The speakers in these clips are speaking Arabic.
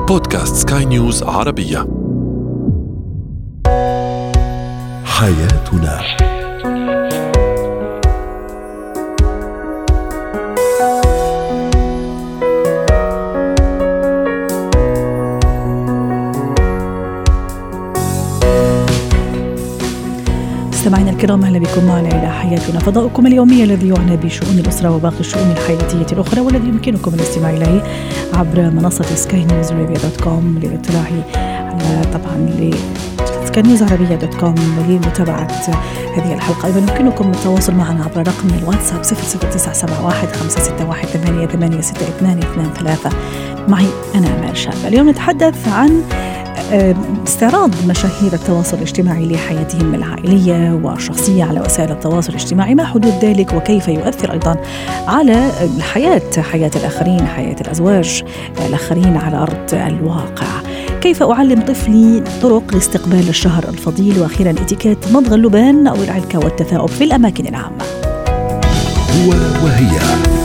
بودكاست سكاي نيوز عربية. حياتنا. مستمعينا الكرام، أهلا بكم معنا إلى حياتنا، فضاؤكم اليومي الذي يعنى بشؤون الأسرة وباقي الشؤون الحياتية الأخرى، والذي يمكنكم الاستماع إليه عبر منصة skynewsarabia.com للاطلاع على طبعا skynewsarabia.com لمتابعة هذه الحلقة. أيضا يمكنكم التواصل معنا عبر رقم الواتساب 00971 561 886223. معي أنا أمال شابة. اليوم نتحدث عن استعراض مشاهير التواصل الاجتماعي لحياتهم العائلية والشخصية على وسائل التواصل الاجتماعي، ما حدود ذلك وكيف يؤثر أيضا على حياة الآخرين، حياة الأزواج الآخرين على أرض الواقع. كيف أعلم طفلي طرق لاستقبال الشهر الفضيل، وأخيرا اتيكيت مضغ اللبان أو العلكة والتثاؤب في الأماكن العامة. هو وهي.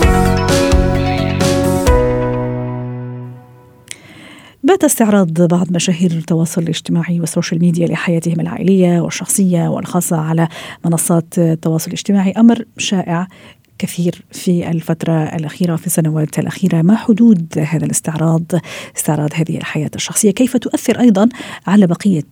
بات استعراض بعض مشاهير التواصل الاجتماعي والسوشيال ميديا لحياتهم العائلية والشخصية والخاصة على منصات التواصل الاجتماعي أمر شائع كثير في الفترة الأخيرة وفي السنوات الأخيرة. ما حدود هذا استعراض هذه الحياة الشخصية؟ كيف تؤثر أيضا على بقية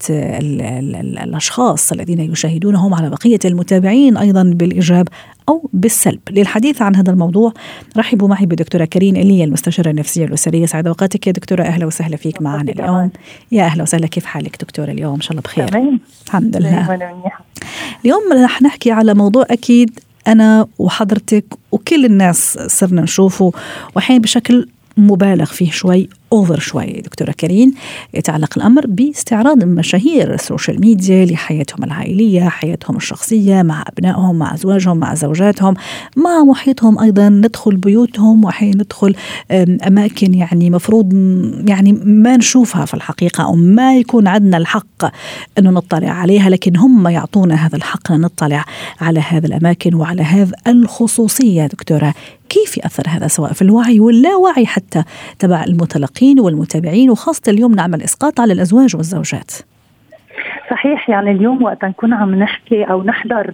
الأشخاص الذين يشاهدونهم، على بقية المتابعين أيضا بالإيجاب أو بالسلب؟ للحديث عن هذا الموضوع رحبوا معي بدكتورة كريم إيليا، المستشارة النفسية الأسرية. سعد أوقاتك يا دكتورة، أهلا وسهلا فيك معنا اليوم. يا أهلا وسهلا، كيف حالك دكتورة اليوم؟ إن شاء الله بخير. الحمد لله. اليوم رح نحكي على موضوع أكيد أنا وحضرتك وكل الناس صرنا نشوفه، وحين بشكل مبالغ فيه شوي، أوفر شوي دكتورة كريم. يتعلق الأمر باستعراض مشاهير السوشيال ميديا لحياتهم العائلية، حياتهم الشخصية مع أبنائهم، مع أزواجهم، مع زوجاتهم، مع محيطهم. أيضا ندخل بيوتهم وحين ندخل أماكن يعني مفروض يعني ما نشوفها في الحقيقة، أو ما يكون عندنا الحق أنه نطلع عليها، لكن هم يعطونا هذا الحق أن نطلع على هذا الأماكن وعلى هذا الخصوصية. دكتورة، كيف يأثر هذا سواء في الوعي واللاوعي حتى تبع المتلقين والمتابعين، وخاصة اليوم نعمل إسقاط على الأزواج والزوجات؟ صحيح، يعني اليوم وقت نكون عم نحكي أو نحضر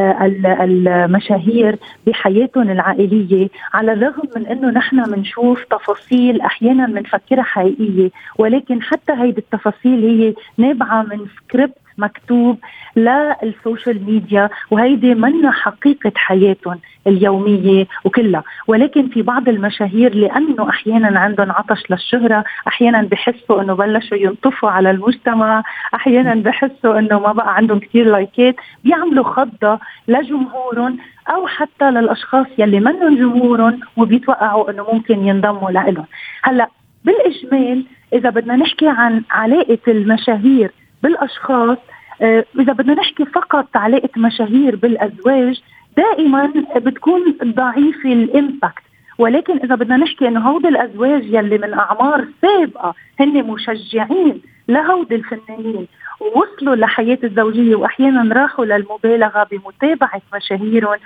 المشاهير بحياتهم العائلية، على الرغم من أنه نحن منشوف تفاصيل أحيانا منفكرها حقيقية، ولكن حتى هيدي التفاصيل هي نابعة من سكريبت مكتوب للسوشيال ميديا، وهيدي منها حقيقة حياتهم اليومية وكلها. ولكن في بعض المشاهير لأنه أحيانا عندهم عطش للشهرة، أحيانا بحسوا أنه بلشوا ينطفوا على المجتمع، أحيانا بحسوا أنه ما بقى عندهم كتير لايكات، بيعملوا خضة لجمهورهم أو حتى للأشخاص يلي منهم جمهورهم وبيتوقعوا أنه ممكن ينضموا لهم. هلأ بالإجمال إذا بدنا نحكي عن علاقة المشاهير بالأشخاص، إذا بدنا نحكي فقط علاقة مشاهير بالأزواج، دائما بتكون ضعيفة الإمباكت. ولكن إذا بدنا نحكي إنه هود الأزواج يلي من أعمار سابقة هن مشجعين لهود الفنانين ووصلوا لحياة الزوجية، وأحيانا راحوا للمبالغة بمتابعة مشاهيرهم،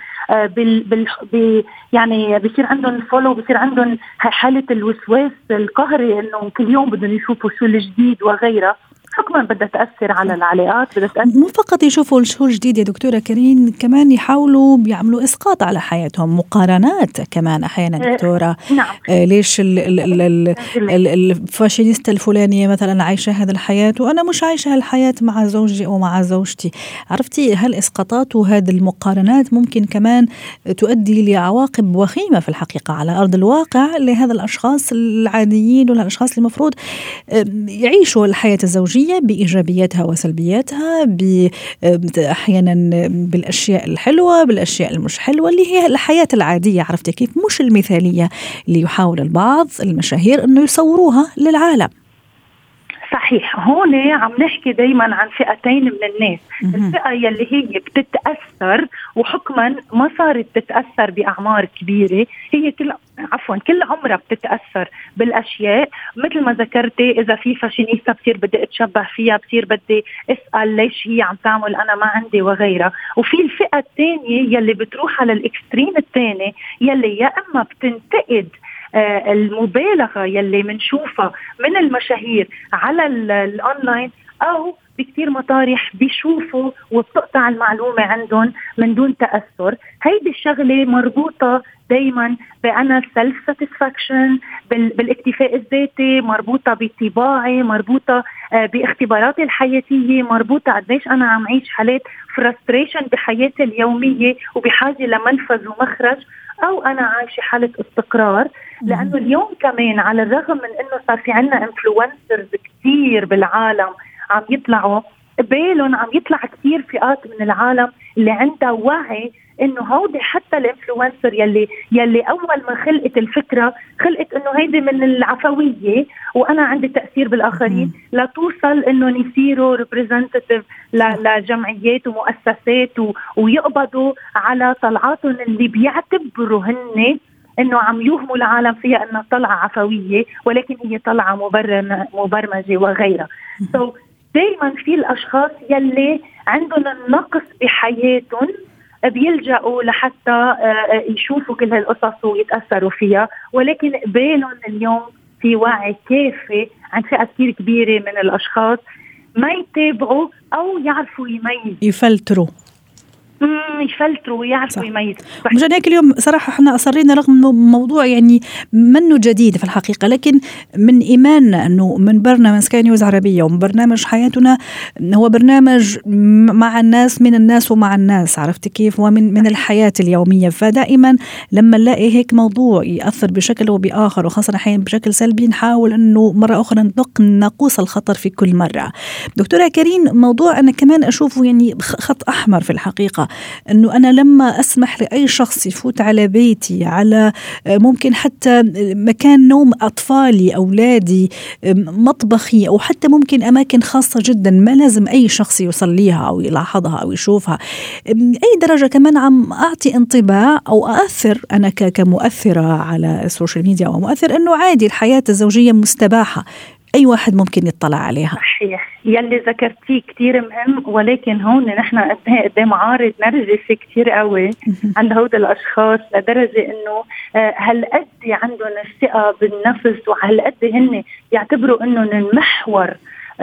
يعني بيصير عندهم فولو، بيصير عندهم حالة الوسواس القهري إنه كل يوم بدهم يشوفوا شو الجديد وغيره. حكما بدها تأثر على العلاقات، بدها تأثر. مو فقط يشوفوا شو الجديد يا دكتورة كريم، كمان يحاولوا بيعملوا إسقاط على حياتهم، مقارنات كمان أحيانا دكتورة. نعم. ليش الفاشينيستا الفلانية مثلا عايشة هذا الحياة وأنا مش عايشة هالحياة مع زوجي أو مع زوجتي؟ عرفتي، هالإسقاطات وهذه المقارنات ممكن كمان تؤدي لعواقب وخيمة في الحقيقة على أرض الواقع لهذا الأشخاص العاديين، والأشخاص اللي مفروض يعيشوا الحياة الزوجية بإيجابياتها وسلبياتها، أحيانا بالأشياء الحلوة بالأشياء المش حلوة، اللي هي الحياة العادية. عرفتي كيف؟ مش المثالية اللي يحاول البعض المشاهير أنه يصوروها للعالم. صحيح، هون عم نحكي دايما عن فئتين من الناس. الفئة يلي هي بتتأثر، وحكما ما صارت تتأثر بأعمار كبيرة، هي كل عمرها بتتأثر بالأشياء. مثل ما ذكرتي، إذا في فاشينيستا بصير بدي أتشبه فيها، بصير بدي أسأل ليش هي عم تعمل أنا ما عندي وغيرها. وفي الفئة الثانية يلي بتروح على الإكستريم الثاني، يلي يا إما بتنتقد المبالغة يلي منشوفها من المشاهير على الأونلاين، أو بكثير مطارح بيشوفوا وبتقطع المعلومة عندهم من دون تأثر. هيدي الشغلة مربوطة دايما بأنا سيلف ساتسفاكشن، بالاكتفاء الذاتي، مربوطة بطباعي، مربوطة باختباراتي الحياتية، مربوطة قديش أنا عم عيش حالات فرستريشن بحياتي اليومية وبحاجة لمنفذ ومخرج، أو أنا عايشة حالة استقرار. لأنه اليوم كمان على الرغم من أنه صار في عنا انفلونسرز كتير بالعالم عم يطلعوا، بالهم عم يطلع كتير فئات من العالم اللي عندها وعي انه هودي حتى الانفلونسر يلي اول ما خلقت الفكره خلقت انه هيدي من العفويه وانا عندي تاثير بالاخرين، لا توصل انه يصيروا ريبريزنتيف لجمعيات ومؤسسات ويقبضوا على طلعاتهم اللي بيعتبروا هن انه عم يوهموا العالم فيها انها طلعه عفويه، ولكن هي طلعه مبرمجه وغيرها. دايما في الاشخاص يلي عندهم النقص بحياتهم بيلجأوا لحتى يشوفوا كل هالقصص ويتأثروا فيها، ولكن قبالهم اليوم في وعي كافي عند فئة كتير كبيرة من الأشخاص ما يتابعوا أو يعرفوا يفلتروا ويعرفوا يميزوا. مشان هيك اليوم صراحة احنا أصرينا رغم انه موضوع يعني منه جديد في الحقيقة، لكن من إيماننا انه من برنامج سكاي نيوز عربية ومن برنامج حياتنا هو برنامج مع الناس، من الناس ومع الناس، عرفت كيف، ومن الحياة اليومية. فدائما لما نلاقي هيك موضوع يأثر بشكل أو بآخر وخاصة أحيانا بشكل سلبي نحاول انه مرة أخرى نقوص الخطر في كل مرة. دكتورة كريم، موضوع أنا كمان أشوفه يعني خط أحمر في الحقيقة، أنه أنا لما أسمح لأي شخص يفوت على بيتي، على ممكن حتى مكان نوم أطفالي أولادي، مطبخي، أو حتى ممكن أماكن خاصة جدا ما لازم أي شخص يوصل ليها أو يلاحظها أو يشوفها، أي درجة كمان عم أعطي انطباع أو أأثر أنا كمؤثرة على السوشيال ميديا أو مؤثر أنه عادي الحياة الزوجية مستباحة، أي واحد ممكن يطلع عليها. صحيح، يلي ذكرتيه كتير مهم، ولكن هون نحن قدام عارض نرجسي كتير قوي عند هؤلاء الأشخاص، لدرجة إنه هالقد عندهم الثقة بالنفس وهالقد هن يعتبروا إنه المحور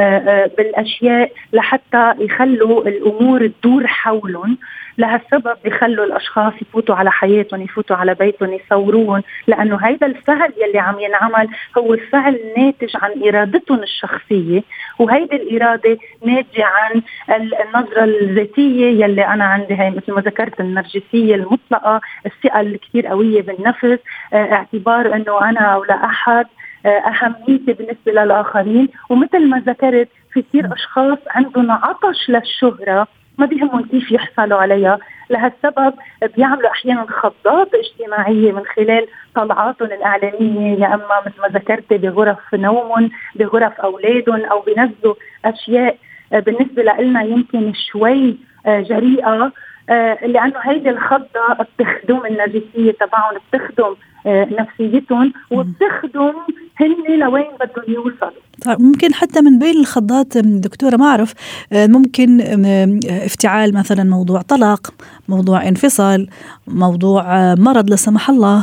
بالأشياء لحتى يخلوا الأمور تدور حولهم. لهالسبب بيخلوا الأشخاص يفوتوا على حياتهم، يفوتوا على بيتهم، يصوروهم، لأنه هيدا الفعل يلي عم ينعمل هو الفعل ناتج عن إرادتهم الشخصية، وهيدا الإرادة ناتجة عن النظرة الذاتية يلي أنا عندي، هي مثل ما ذكرت النرجسية المطلقة، الثقة الكتير قوية بالنفس، اعتبار أنه أنا أو لا أحد، أهميتي بالنسبة للآخرين. ومثل ما ذكرت في كتير أشخاص عندهم عطش للشهرة ما بيهمهم كيف يحصلوا عليها، لهالسبب بيعملوا أحيانا خضات اجتماعية من خلال طلعاتهم الإعلانية، يا أما مثل ما ذكرت بغرف نومهم، بغرف أولادهم، أو بينزلوا أشياء بالنسبة لنا يمكن شوي جريئة، لأنه هيدي الخضة بتخدم النرجسية تبعهم، بتخدم نفسيتهم، وبتخدم هن لوين بدهم يوصلوا. طيب ممكن حتى من بين الخضات دكتورة ما أعرف، ممكن افتعال مثلا موضوع طلاق، موضوع انفصال، موضوع مرض لا سمح الله،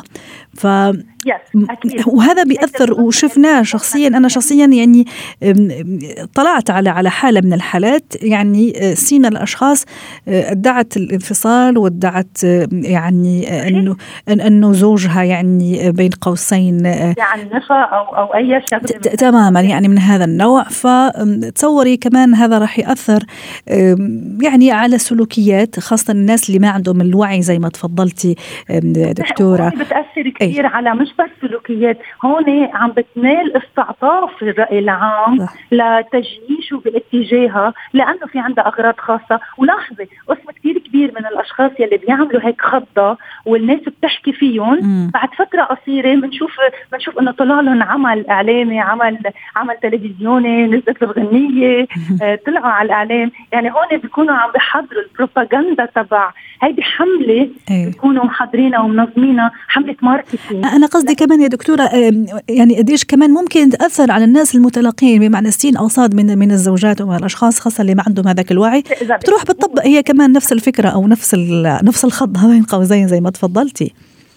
وهذا بيأثر وشفناه شخصيا. أنا شخصيا يعني طلعت على حالة من الحالات، يعني سينا الأشخاص ادعت الانفصال وادعت يعني أنه زوجها يعني بين قوسين يعني نفى أو أي شيء تماما يعني من هذا النوع. فتصوري كمان هذا راح يأثر يعني على سلوكيات، خاصة الناس اللي ما عندهم الوعي زي ما تفضلتي دكتورة. بتأثر كثير على مش بس سلوكيات، هون عم بتنال استعطاف الرأي العام لتجيشه باتجاهها، لأنه في عندها أغراض خاصة. ولاحظي قسم كثير كبير من الأشخاص يلي بيعملوا هيك خضة والناس بتحكي فيهم، بعد فترة قصيرة بنشوف إنه طلع لهم عمل إعلامي، عمل تلفزيوني، نزلت الغنية، طلعوا على الإعلام. يعني هون بيكونوا عم بيحضروا البروباغندا تبع هيدي حملة، بيكونوا محضرينها ومنظمينها، حملة ماركتينج. أنا قصدي كمان يا دكتورة يعني قديش كمان ممكن تأثر على الناس المتلقين، بمعنى 60 أوصاد من الزوجات ومن الأشخاص خاصة اللي ما عندهم هذاك الوعي، بتروح بتطبق هي كمان نفس الفكرة أو نفس الخض بين قوسين زي ما تفضلتي.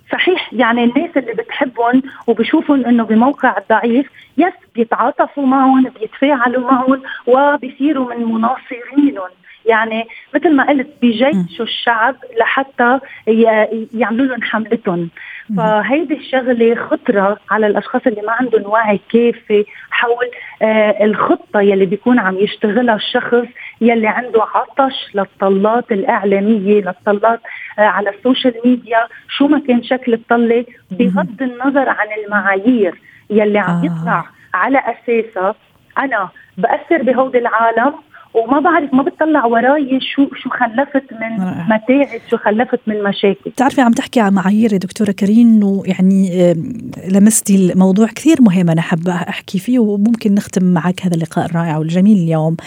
صحيح، يعني الناس اللي بتحبهم وبشوفهم انه بموقع ضعيف بيتعاطفوا معهم، بيتفاعلوا معهم وبيصيروا من مناصرينهم. يعني مثل ما قلت بيجيشوا الشعب لحتى يعملوا لهم حملتهم. فهيدي الشغلة خطرة على الأشخاص اللي ما عندهم وعي كافي حول الخطة يلي بيكون عم يشتغلها الشخص يلي عنده عطش للطلات الإعلامية، للطلات على السوشيال ميديا، شو ما كان شكل الطلة، بغض النظر عن المعايير يلي عم يطلع على أساسها. أنا بأثر بهود العالم وما بعرف، ما بتطلع وراي شو خلفت من متاعب، شو خلفت من مشاكل. تعرفي عم تحكي عن معايير يا دكتورة كريم، ويعني لمستي الموضوع كثير مهم أنا حابة أحكي فيه، وممكن نختم معك هذا اللقاء الرائع والجميل اليوم.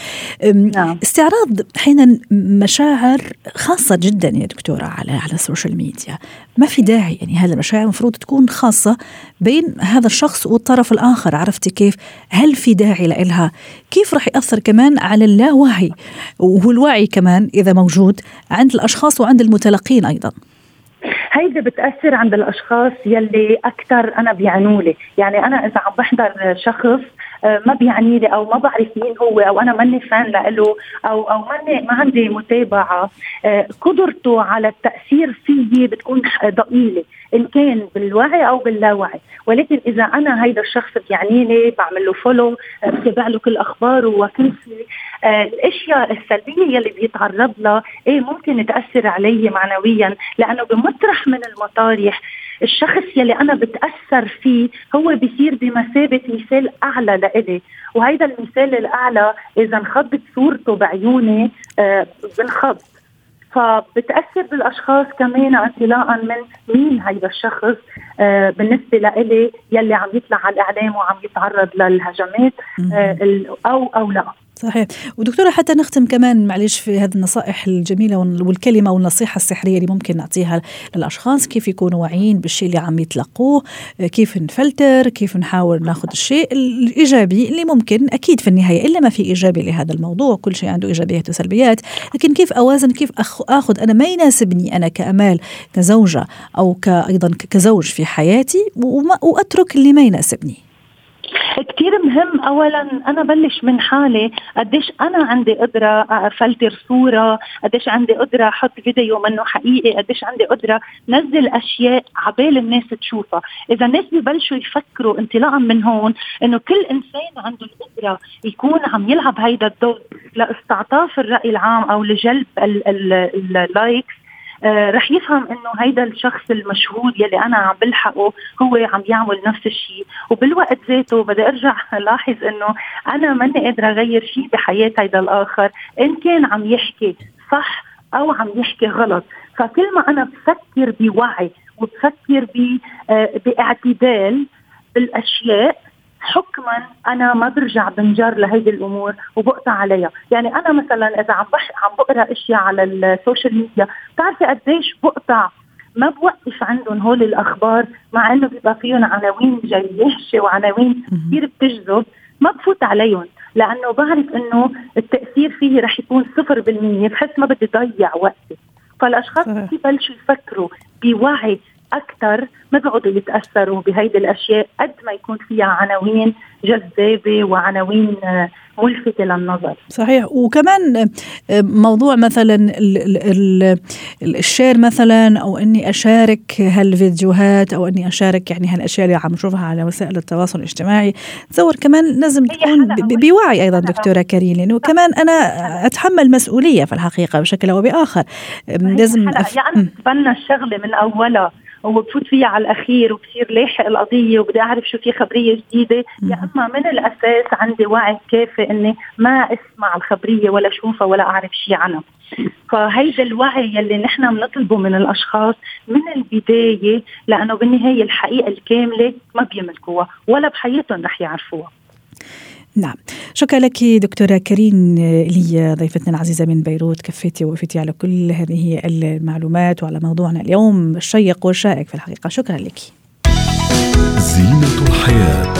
استعراض حين مشاعر خاصة جدا يا دكتورة على السوشيال ميديا، ما في داعي. يعني هذه المشاعر المفروض تكون خاصة بين هذا الشخص والطرف الآخر. عرفتي كيف؟ هل في داعي لها؟ كيف رح يأثر كمان على اللاوعي، والوعي كمان إذا موجود عند الأشخاص وعند المتلقين أيضا؟ هيدا بتأثر عند الأشخاص يلي أكتر أنا بيعنوا لي. يعني أنا إذا عم بحضر شخص ما بيعني لي أو ما بعرف مين هو، أو أنا ماني فان له، أو ما عندي متابعة، قدرته على التأثير فيه بتكون ضئيلة، إن كان بالوعي أو باللاوعي. ولكن إذا أنا هيدا الشخص بيعني لي، بعمل له فولو، بتابع له كل أخباره وكل شيء، الأشياء السلبية يلي بيتعرض لها ممكن تأثر علي معنويا، لأنه بمطرح من المطارح الشخص يلي أنا بتأثر فيه هو بيصير بمثابة مثال أعلى لإلي. وهيدا المثال الأعلى إذا انخضت صورته بعيوني بنخض، فبتأثر بالأشخاص كمان انطلاقا من مين هيدا الشخص بالنسبة لإلي يلي عم يطلع على الإعلام وعم يتعرض للهجمات أو لا. صحيح. ودكتورة حتى نختم كمان معلش في هذه النصائح الجميلة والكلمة والنصيحة السحرية اللي ممكن نعطيها للأشخاص، كيف يكونوا واعيين بالشيء اللي عم يتلقوه، كيف نفلتر، كيف نحاول ناخذ الشيء الإيجابي اللي ممكن. أكيد في النهاية إلا ما في إيجابي لهذا الموضوع، كل شيء عنده إيجابيات وسلبيات، لكن كيف أوازن، كيف أخذ أنا ما يناسبني أنا كأمال كزوجة أو أيضا كزوج في حياتي، وأترك اللي ما يناسبني. كتير مهم. أولا أنا بلش من حالي، قديش أنا عندي قدرة أفلتر صورة، قديش عندي قدرة أحط فيديو منه حقيقي، قديش عندي قدرة نزل أشياء عبال الناس تشوفها. إذا الناس بيبلشوا يفكروا انطلاقا من هون إنه كل إنسان عنده القدرة يكون عم يلعب هيدا الدور لاستعطاف الرأي العام أو لجلب اللايكس، رح يفهم انه هيدا الشخص المشهور يلي انا عم بلحقه هو عم يعمل نفس الشيء. وبالوقت ذاته بدي ارجع لاحظ انه انا ماني قادره اغير شيء بحياه هيدا الاخر، ان كان عم يحكي صح او عم يحكي غلط. فكل ما انا بفكر بوعي وبفكر باعتدال بالاشياء، حكما أنا ما برجع بنجر لهيدي الأمور وبقطع عليها. يعني أنا مثلا إذا عم بقرأ أشياء على السوشيال ميديا، بتعرفي قديش بقطع، ما بوقف عندهم هول الأخبار، مع إنه بيبقى فيهم عناوين جياشة وعناوين كثير بتجذب، ما بفوت عليهم لأنه بعرف إنه التأثير فيه رح يكون 0%، بحس ما بدي ضيع وقتي. فالأشخاص بيبلشوا يفكروا بوعي أكثر، ما بيقعدوا يتأثروا بهيدي الأشياء قد ما يكون فيها عناوين جذابة وعناوين ملفتة للنظر. صحيح. وكمان موضوع مثلا الشير مثلا، أو أني أشارك هالفيديوهات، أو أني أشارك يعني هالأشياء اللي عم نشوفها على وسائل التواصل الاجتماعي، تصور كمان لازم تكون بوعي أيضا دكتورة كريم، لأنه كمان أنا أتحمل مسؤولية في الحقيقة بشكل أو بآخر. لازم يعني بتبنى الشغلة من أولها وبفوت فيها على الأخير وبصير لاحق القضية وبدي أعرف شو في خبرية جديدة، يا أما من الأساس عندي وعي كافي إني ما أسمع الخبرية ولا أشوفها ولا أعرف شيء عنها. فهيدا الوعي يلي نحن بنطلبه من الأشخاص من البداية، لأنه بالنهاية الحقيقة الكاملة ما بيملكوها ولا بحياتهم رح يعرفوها. نعم، شكرا لك دكتورة كريم لي ضيفتنا العزيزة من بيروت، كفيتي ووفيتي على كل هذه المعلومات وعلى موضوعنا اليوم الشيق والشائك في الحقيقة. شكرا لك. زينة الحياة.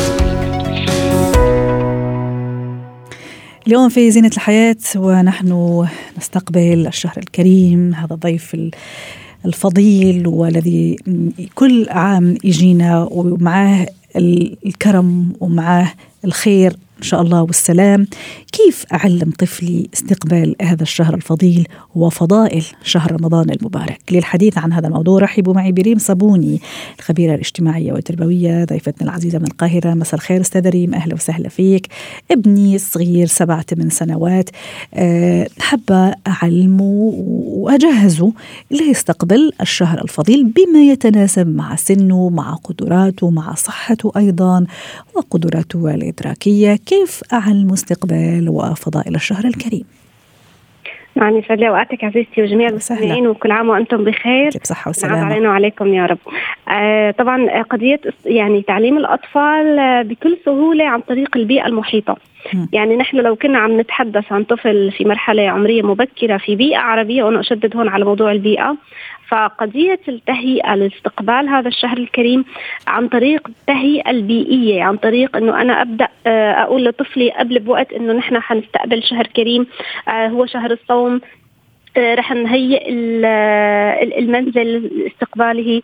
اليوم في زينة الحياة ونحن نستقبل الشهر الكريم، هذا الضيف الفضيل والذي كل عام يجينا ومعاه الكرم ومعاه الخير إن شاء الله والسلام. كيف أعلم طفلي استقبال هذا الشهر الفضيل وفضائل شهر رمضان المبارك؟ للحديث عن هذا الموضوع رحبوا معي بريم صابوني، الخبيرة الاجتماعية والتربوية، ضيفتنا العزيزة من القاهرة. مساء الخير أستاذة ريم، أهلا وسهلا فيك. ابني الصغير 7-8 سنوات، حابة أعلمه وأجهزه ليستقبل الشهر الفضيل بما يتناسب مع سنه، مع قدراته، مع صحته أيضا وقدراته الإدراكية. كيف أعلم استقبال وفضائل الشهر الكريم؟ يعني يسعد لي اوقاتك عزيزتي وجميع المستمعين، وكل عام وانتم بخير. بصحة وسلامة علينا وعليكم يا رب. طبعا قضية يعني تعليم الأطفال بكل سهولة عن طريق البيئة المحيطة. يعني نحن لو كنا عم نتحدث عن طفل في مرحلة عمرية مبكرة في بيئة عربية، وأنا أشدد هون على موضوع البيئة، فقضية التهيئة لاستقبال هذا الشهر الكريم عن طريق التهيئة البيئية، عن طريق أنه أنا أبدأ أقول لطفلي قبل بوقت أنه نحن حنستقبل شهر كريم، هو شهر الصوم، رح نهيئ المنزل لاستقباله،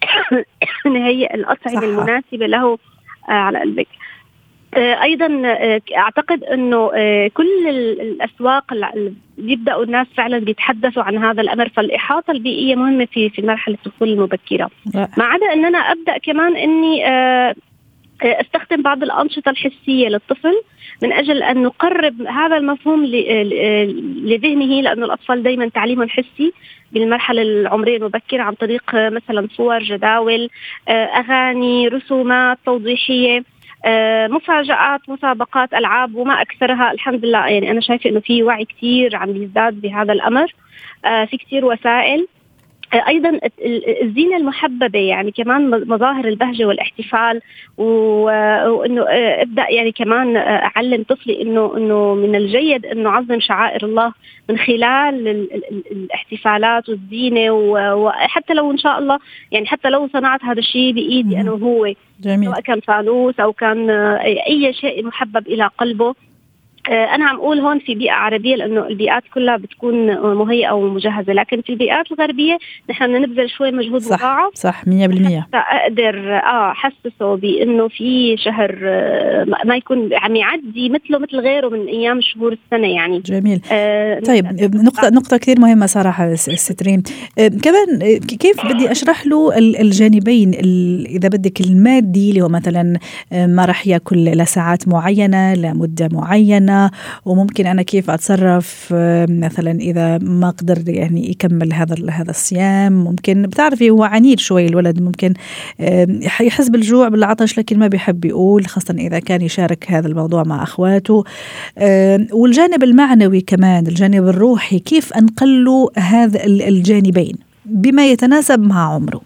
نهيئ الأطعمة المناسبة له على قلبك. أيضا أعتقد أنه كل الأسواق بيبدأوا الناس فعلا بيتحدثوا عن هذا الأمر، فالإحاطة البيئية مهمة في مرحلة الطفولة المبكرة. ما عدا أن أنا أبدأ كمان أني استخدم بعض الأنشطة الحسية للطفل من أجل أن نقرب هذا المفهوم لذهنه، لأن الأطفال دايما تعليمهم حسي بالمرحلة العمرية المبكرة عن طريق مثلا صور، جداول، أغاني، رسومات توضيحية، مفاجآت، مسابقات، ألعاب وما أكثرها. الحمد لله يعني أنا شايفة إنه في وعي كتير عم يزداد بهذا الأمر، في كتير وسائل. أيضا الزينة المحببة، يعني كمان مظاهر البهجة والاحتفال، وإنه أبدأ يعني كمان أعلم طفلي إنه من الجيد إنه عظم شعائر الله من خلال الاحتفالات والزينة، وحتى لو إن شاء الله يعني حتى لو صنعت هذا الشيء بإيدي أنا وهو، سواء كان فانوس أو كان أي شيء محبب إلى قلبه. أنا عم أقول هون في بيئة عربية لأنه البيئات كلها بتكون مهيئة ومجهزة، لكن في البيئات الغربية نحن نبذل شوي مجهود مضاعف. صح 100%. أقدر حسسه بأنه في شهر ما يكون عم يعدي مثله مثل غيره من أيام شهور السنة يعني. جميل. طيب نقطة كثير مهمة صراحة سترين. كمان كيف بدي أشرح له الجانبين، إذا بدك المادي اللي هو مثلا ما رح يأكل لساعات معينة لمدة معينة، وممكن أنا كيف أتصرف مثلا إذا ما قدر يعني يكمل هذا الصيام. ممكن بتعرفي هو عنيد شوي الولد، ممكن يحس بالجوع بالعطش لكن ما بيحب يقول، خاصة إذا كان يشارك هذا الموضوع مع أخواته. والجانب المعنوي كمان، الجانب الروحي، كيف أنقله هذا الجانبين بما يتناسب مع عمره؟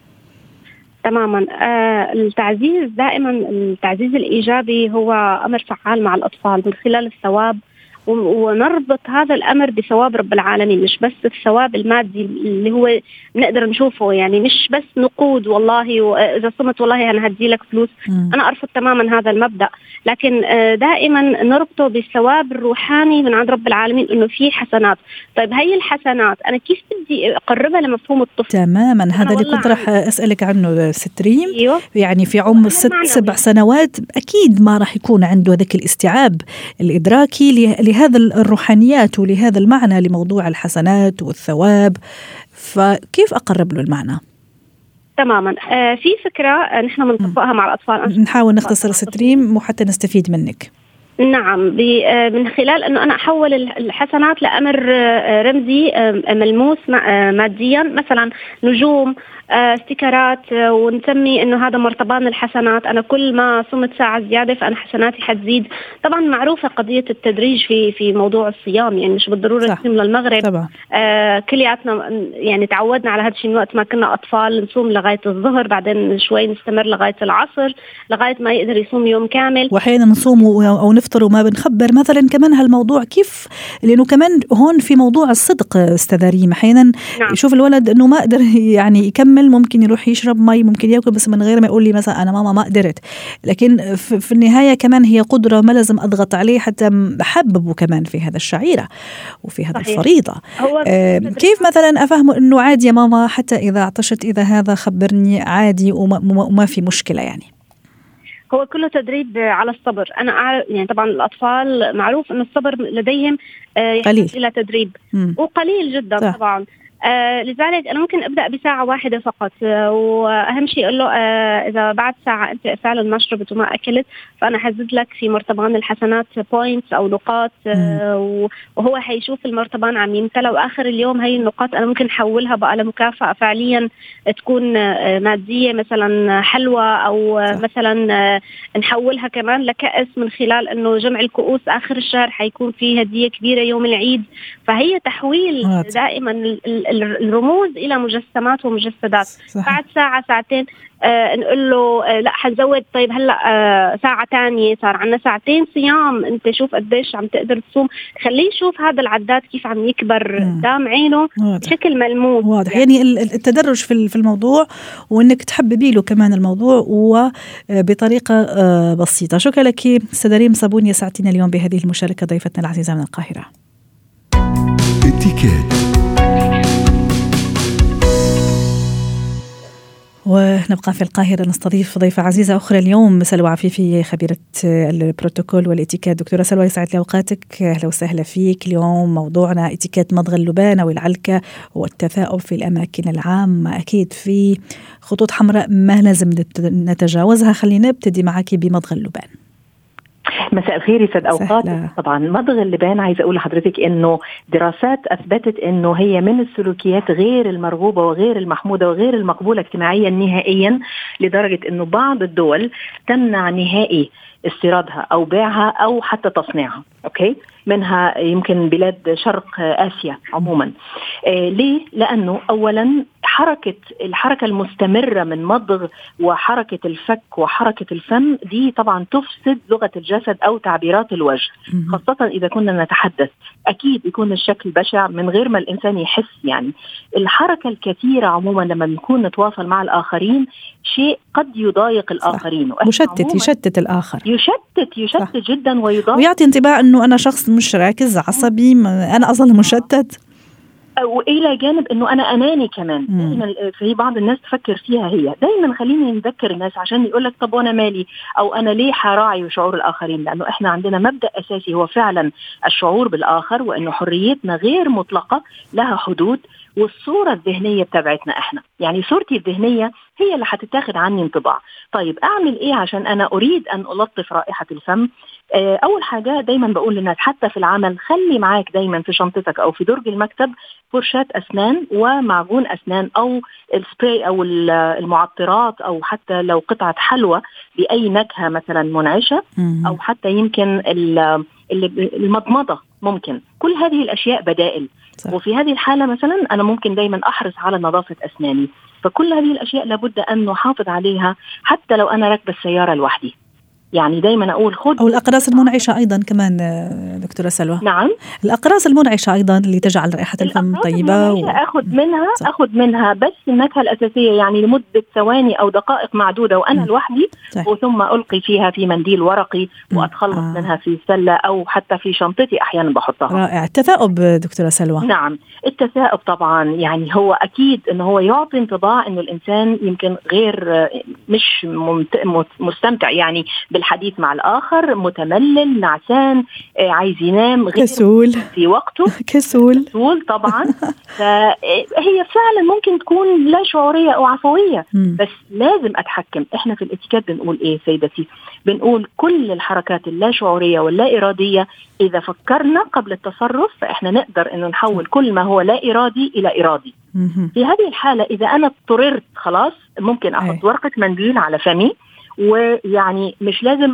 تماما. التعزيز دائما، التعزيز الإيجابي هو أمر فعال مع الأطفال من خلال الثواب، ونربط هذا الأمر بثواب رب العالمين، مش بس الثواب المادي اللي هو نقدر نشوفه، يعني مش بس نقود والله وإذا صمت والله أنا هدي لك فلوس. أنا أرفض تماما هذا المبدأ، لكن دائما نربطه بالثواب الروحاني من عند رب العالمين، إنه في حسنات. طيب هاي الحسنات أنا كيف بدي أقربها لمفهوم الطفل؟ تماما، هذا اللي كنت رح أسألك عنه ستريم. أيوه. يعني في عمر 6-7 سنوات أكيد ما رح يكون عنده ذاك الاستيعاب الإدراكي لهذا الروحانيات ولهذا المعنى لموضوع الحسنات والثواب، فكيف أقرب له المعنى؟ تماما. في فكرة نحن بنطبقها مع الأطفال، نحاول نختصر ستريم وحتى نستفيد منك. نعم، من خلال أنه أنا أحول الحسنات لأمر رمزي ملموس ماديا، مثلا نجوم، استيكرات، ونسمي انه هذا مرتبان الحسنات. انا كل ما صمت ساعة زيادة فانا حسناتي حتزيد. طبعا معروفة قضية التدريج في موضوع الصيام، يعني مش بالضرورة نصوم للمغرب طبعا. كلياتنا يعني تعودنا على هذا الشيء من وقت ما كنا اطفال، نصوم لغاية الظهر، بعدين شوي نستمر لغاية العصر لغاية ما يقدر يصوم يوم كامل، واحيانا نصوم او نفطر وما بنخبر مثلا. كمان هالموضوع كيف، لانه كمان هون في موضوع الصدق استاذة ريم، احيانا يشوف الولد انه ما قدر يعني يكمل يكمل، ممكن يروح يشرب مي، ممكن يأكل، بس من غير ما يقول لي مثلا أنا ماما ما قدرت. لكن في النهاية كمان هي قدرة، ما لازم أضغط عليه حتى أحببه كمان في هذا الشعيرة وفي هذا الفريضة. كيف مثلا أفهمه أنه عادي يا ماما حتى إذا عطشت، إذا هذا خبرني عادي وما في مشكلة يعني؟ هو كله تدريب على الصبر. أنا يعني طبعا الأطفال معروف أن الصبر لديهم يحتاج إلى تدريب وقليل جدا صح. طبعا لذلك أنا ممكن أبدأ بساعة واحدة فقط، وأهم شيء أقول له إذا بعد ساعة أنت فعلا ما شربت وما أكلت، فأنا حزد لك في مرتبان الحسنات بوينتس أو نقاط، وهو حيشوف المرتبان عم يمتلأ، وآخر اليوم هاي النقاط أنا ممكن حولها بقى لمكافأة فعليا تكون مادية، مثلا حلوى أو مثلا نحولها كمان لكأس، من خلال أنه جمع الكؤوس آخر الشهر حيكون فيه هدية كبيرة يوم العيد. فهي تحويل دائما الرموز إلى مجسمات ومجسدات. صح. بعد ساعة ساعتين نقول له لا حنزود، طيب هلأ ساعة تانية، صار عنا ساعتين صيام، انت شوف قديش عم تقدر تصوم. خليه يشوف هذا العداد كيف عم يكبر قدام عينه بشكل ملموس. واضح يعني التدرج في الموضوع، وانك تحببي له كمان الموضوع وبطريقة بسيطة. شكرا لك أستاذة ريم صابوني، ساعتنا اليوم بهذه المشاركة، ضيفتنا العزيزة من القاهرة. ونبقى في القاهرة، نستضيف ضيفة عزيزة أخرى اليوم، سلوى عفيفي، خبيرة البروتوكول والإتيكيت. دكتورة سلوى، يسعد لي أوقاتك، أهلا وسهلا فيك. اليوم موضوعنا إتيكيت مضغ اللبان أو العلكة والتثاؤب في الأماكن العامة. أكيد في خطوط حمراء ما لازم نتجاوزها. خلينا نبتدي معك بمضغ اللبان. مساء الخير، يسعد أوقاتك. طبعا مضغ اللبان عايزة أقول لحضرتك إنه دراسات أثبتت إنه هي من السلوكيات غير المرغوبة وغير المحمودة وغير المقبولة اجتماعيا نهائيا، لدرجة إنه بعض الدول تمنع نهائي استيرادها أو بيعها أو حتى تصنيعها. أوكي، منها يمكن بلاد شرق آسيا عموما. ليه؟ لأنه أولا الحركة المستمرة من مضغ وحركة الفك وحركة الفم دي طبعا تفسد لغة الجسد أو تعبيرات الوجه، خاصة إذا كنا نتحدث. أكيد يكون الشكل بشع من غير ما الإنسان يحس. يعني الحركة الكثيرة عموما لما نكون نتواصل مع الآخرين شيء قد يضايق الآخرين، يشتت الآخر، يشتت جدا ويعطي انطباع أنه أنا شخص مش راكز، عصبي، أنا أظل مشتت. وإلى جانب أنه أنا أناني كمان. دائما في بعض الناس تفكر فيها هي. دائما خليني نذكر الناس عشان يقولك طب وأنا مالي، أو أنا ليه حراعي شعور الآخرين؟ لأنه إحنا عندنا مبدأ أساسي هو فعلا الشعور بالآخر، وأنه حريتنا غير مطلقة، لها حدود. والصورة الذهنية بتاعتنا إحنا، يعني صورتي الذهنية هي اللي هتتاخد عني انطباع. طيب أعمل إيه عشان أنا أريد أن ألطف رائحة الفم؟ أول حاجة دايما بقول للناس حتى في العمل، خلي معاك دايما في شنطتك أو في درج المكتب فرشاة أسنان ومعجون أسنان، أو السبراي أو المعطرات، أو حتى لو قطعة حلوى بأي نكهة مثلا منعشة، أو حتى يمكن المضمضة ممكن. كل هذه الأشياء بدائل. صح. وفي هذه الحالة مثلا أنا ممكن دايما أحرص على نظافة أسناني. فكل هذه الأشياء لابد أن نحافظ عليها حتى لو أنا راكبة السيارة لوحدي. يعني دايما أقول خذ. أو الأقراص المنعشة أيضا كمان دكتورة سلوى. نعم، الأقراص المنعشة أيضا اللي تجعل رائحة الفم طيبة. أخذ منها بس النكهة الأساسية، يعني لمدة ثواني أو دقائق معدودة وأنا لوحدي، وثم ألقي فيها في منديل ورقي وأتخلص منها في سلة أو حتى في شنطتي أحيانا بحطها. رائع. التثاؤب دكتورة سلوى. نعم، التثاؤب طبعا يعني هو أكيد أنه هو يعطي انطباع أنه الإنسان يمكن غير مش مستمتع يعني بالحديث مع الآخر، متملل، نعسان، عايز ينام، كسول في وقته. كسول طبعا. فهي فعلا ممكن تكون لا شعورية أو عفوية، بس لازم أتحكم. إحنا في الاتيكيت بنقول إيه سيدتي؟ بنقول كل الحركات اللا شعورية واللا إرادية إذا فكرنا قبل التصرف فإحنا نقدر إنه نحول كل ما هو لا إرادي إلى إرادي. في هذه الحالة إذا أنا اضطررت خلاص ممكن أحط ورقة منديل على فمي، ويعني مش لازم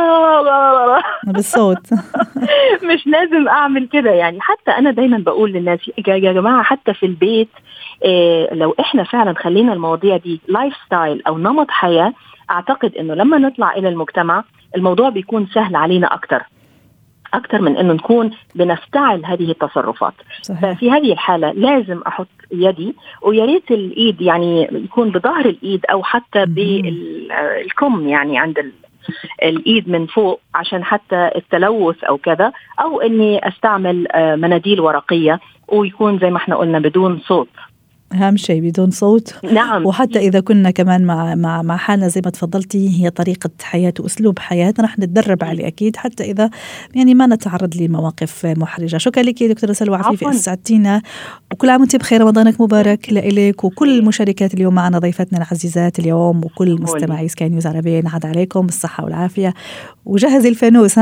بالصوت مش لازم أعمل كده. يعني حتى أنا دايما بقول للناس يا جماعة حتى في البيت لو إحنا فعلا خلينا المواضيع دي لايف ستايل أو نمط حياة، أعتقد إنه لما نطلع إلى المجتمع الموضوع بيكون سهل علينا أكتر. أكثر من أنه نكون بنفتعل هذه التصرفات. صحيح. ففي هذه الحالة لازم أحط يدي، وياريت الإيد يعني يكون بظهر الإيد أو حتى بالكم، يعني عند الإيد من فوق، عشان حتى التلوث أو كذا، أو أني أستعمل مناديل ورقية ويكون زي ما احنا قلنا بدون صوت. أهم شيء بدون صوت. نعم. وحتى إذا كنا كمان مع حالنا زي ما تفضلتي، هي طريقة حياة وأسلوب حياة رح نتدرب عليه أكيد، حتى إذا يعني ما نتعرض لمواقف محرجة. شكرا لك يا دكتورة سلوى عفيفي، أسعدتينا، وكل عام وانت بخير، رمضانك مبارك لإلك وكل المشاركات اليوم معنا ضيفتنا العزيزات اليوم، وكل مستمعي سكاي نيوز عربية. نعد عليكم بالصحة والعافية، وجهزي الفانوس.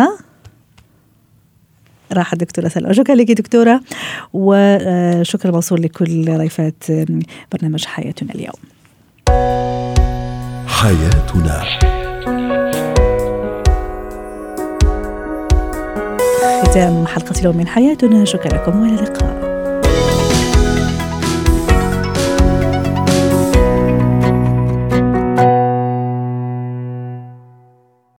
راح الدكتورة سلوى. شكرا لك دكتورة، وشكرا موصول لكل ضيفات برنامج حياتنا اليوم. حياتنا. ختام حلقة اليوم من حياتنا. شكرا لكم وإلى اللقاء.